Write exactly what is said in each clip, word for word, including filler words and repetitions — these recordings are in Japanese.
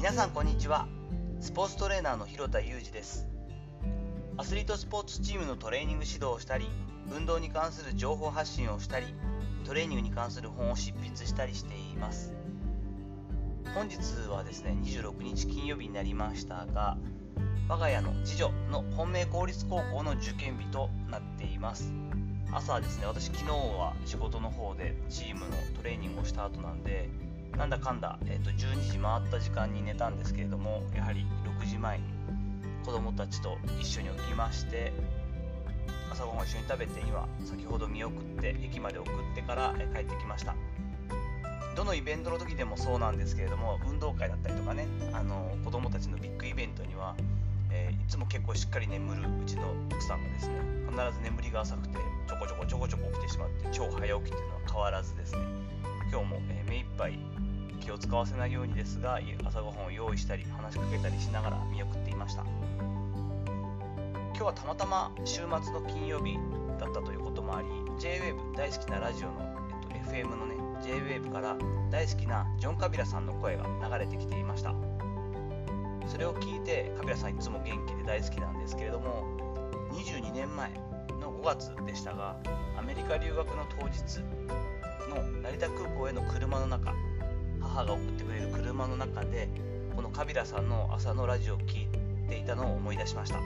皆さんこんにちは。スポーツトレーナーの広田裕二です。アスリートスポーツチームのトレーニング指導をしたり、運動に関する情報発信をしたり、トレーニングに関する本を執筆したりしています。本日はですね、にじゅうろくにち金曜日になりましたが、我が家の次女の本命公立高校の受験日となっています。朝はですね、私昨日は仕事の方でチームのトレーニングをした後なんで、なんだかんだ、えーと、じゅうにじ回った時間に寝たんですけれども、やはりろくじまえに子供たちと一緒に起きまして、朝ごはんを一緒に食べて、今先ほど見送って駅まで送ってから帰ってきました。どのイベントの時でもそうなんですけれども、運動会だったりとかね、あの子供たちのビッグイベントには、えー、いつも結構しっかり眠るうちの奥さんがですね、必ず眠りが浅くてちょこちょこちょこちょこ起きてしまって、超早起きっていうのは変わらずですね、今日も、えー、目いっぱい気を使わせないようにですが、朝ごはんを用意したり話しかけたりしながら見送っていました。今日はたまたま週末の金曜日だったということもあり、 ジェイウェーブ 大好きなラジオの、えっと、エフエム のね ジェイウェーブ から大好きなジョン・カビラさんの声が流れてきていました。それを聞いて、カビラさんいつも元気で大好きなんですけれども、にじゅうにねんまえのごがつでしたが、アメリカ留学の当日の成田空港への車の中、母が送ってくれる車の中でこのカビラさんの朝のラジオを聞いていたのを思い出しました。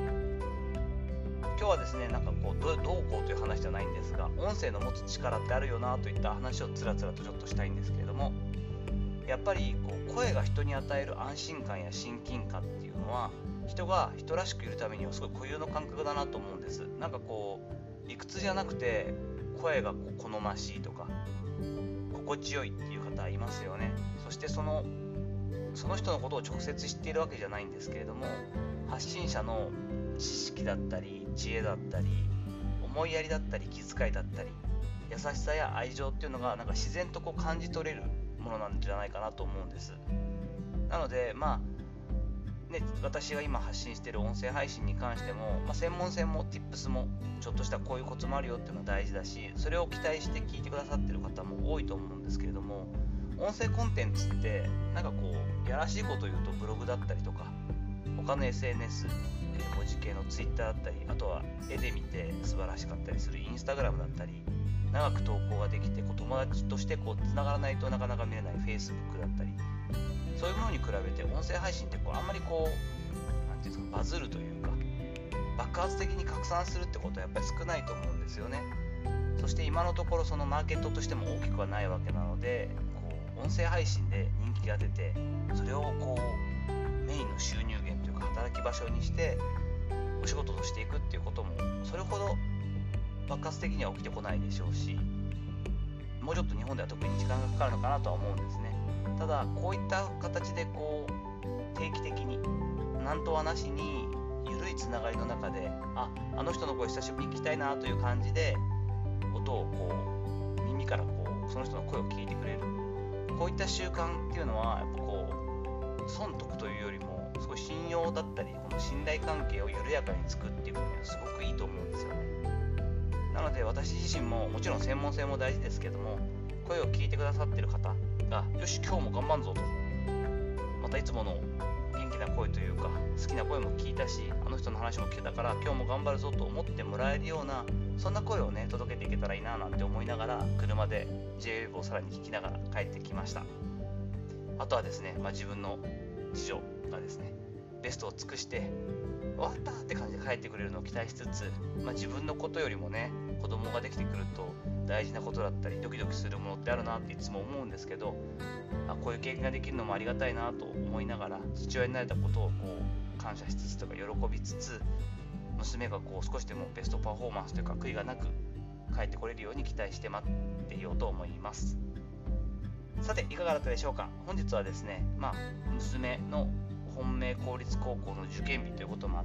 今日はですね、なんかこう ど, どうこうという話じゃないんですが、音声の持つ力ってあるよなといった話をつらつらとちょっとしたいんですけれども、やっぱりこう声が人に与える安心感や親近感っていうのは、人が人らしくいるためにはすごい固有の感覚だなと思うんです。なんかこう理屈じゃなくて、声がこう好ましいとか心地よいっていう方いますよね。そしてそのその人のことを直接知っているわけじゃないんですけれども、発信者の知識だったり知恵だったり思いやりだったり気遣いだったり優しさや愛情っていうのがなんか自然とこう感じ取れるものなんじゃないかなと思うんです。なのでまあね、私が今発信している音声配信に関しても、まあ、専門性も Tips もちょっとしたこういうコツもあるよっていうのは大事だし、それを期待して聞いてくださっている方も多いと思うんですけれども、音声コンテンツってなんかこうやらしいこと言うとブログだったりとか他の エスエヌエス、えー、文字系の Twitter だったり、あとは絵で見て素晴らしかったりする Instagram だったり、長く投稿ができてこう友達としてこうつながらないとなかなか見れない Facebook だったり、そういうものに比べて音声配信ってこうあんまりこうなんていうんですか、バズるというか爆発的に拡散するってことはやっぱり少ないと思うんですよね。そして今のところそのマーケットとしても大きくはないわけなので、こう音声配信で人気が出て、それをこうメインの収入源というか働き場所にしてお仕事としていくっていうこともそれほど爆発的には起きてこないでしょうし、もうちょっと日本では特に時間がかかるのかなとは思うんですね。ただこういった形でこう定期的に何とはなしに緩いつながりの中で、あ、あの人の声久しぶりに聞きたいなという感じで音をこう耳からこうその人の声を聞いてくれる、こういった習慣っていうのはやっぱこう損得というよりもすごい信用だったり、この信頼関係を緩やかに作っていくのにはすごくいいと思うんですよね。なので私自身ももちろん専門性も大事ですけども、声を聞いてくださっている方がよし今日も頑張るぞと、またいつもの元気な声というか好きな声も聞いたし、あの人の話も聞けたから今日も頑張るぞと思ってもらえるような、そんな声をね届けていけたらいいななんて思いながら、車で ジェイウェーブ をさらに聞きながら帰ってきました。あとはですね、まあ、自分の次女がですねベストを尽くして終わったって感じで帰ってくれるのを期待しつつ、まあ、自分のことよりもね子供ができてくると大事なことだったりドキドキするものってあるなっていつも思うんですけど、あ、こういう経験ができるのもありがたいなと思いながら、父親になれたことをこう感謝しつつとか喜びつつ、娘がこう少しでもベストパフォーマンスというか悔いがなく帰ってこれるように期待して待っていようと思います。さていかがだったでしょうか。本日はですね、まあ、娘の本命公立高校の受験日ということもあって、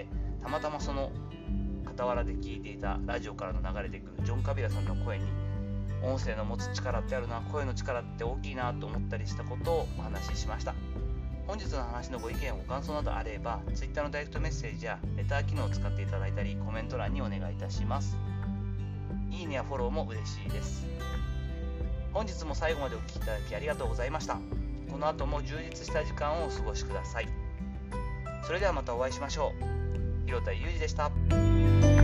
たまたまその傍らで聞いていたラジオからの流れてくるジョン・カビラさんの声に、音声の持つ力ってあるな、声の力って大きいなと思ったりしたことをお話ししました。本日の話のご意見ご感想などあれば Twitter のダイレクトメッセージやレター機能を使っていただいたり、コメント欄にお願いいたします。いいねやフォローも嬉しいです。本日も最後までお聞きいただきありがとうございました。ここの後も充実した時間をお過ごしください。それではまたお会いしましょう。広田裕二でした。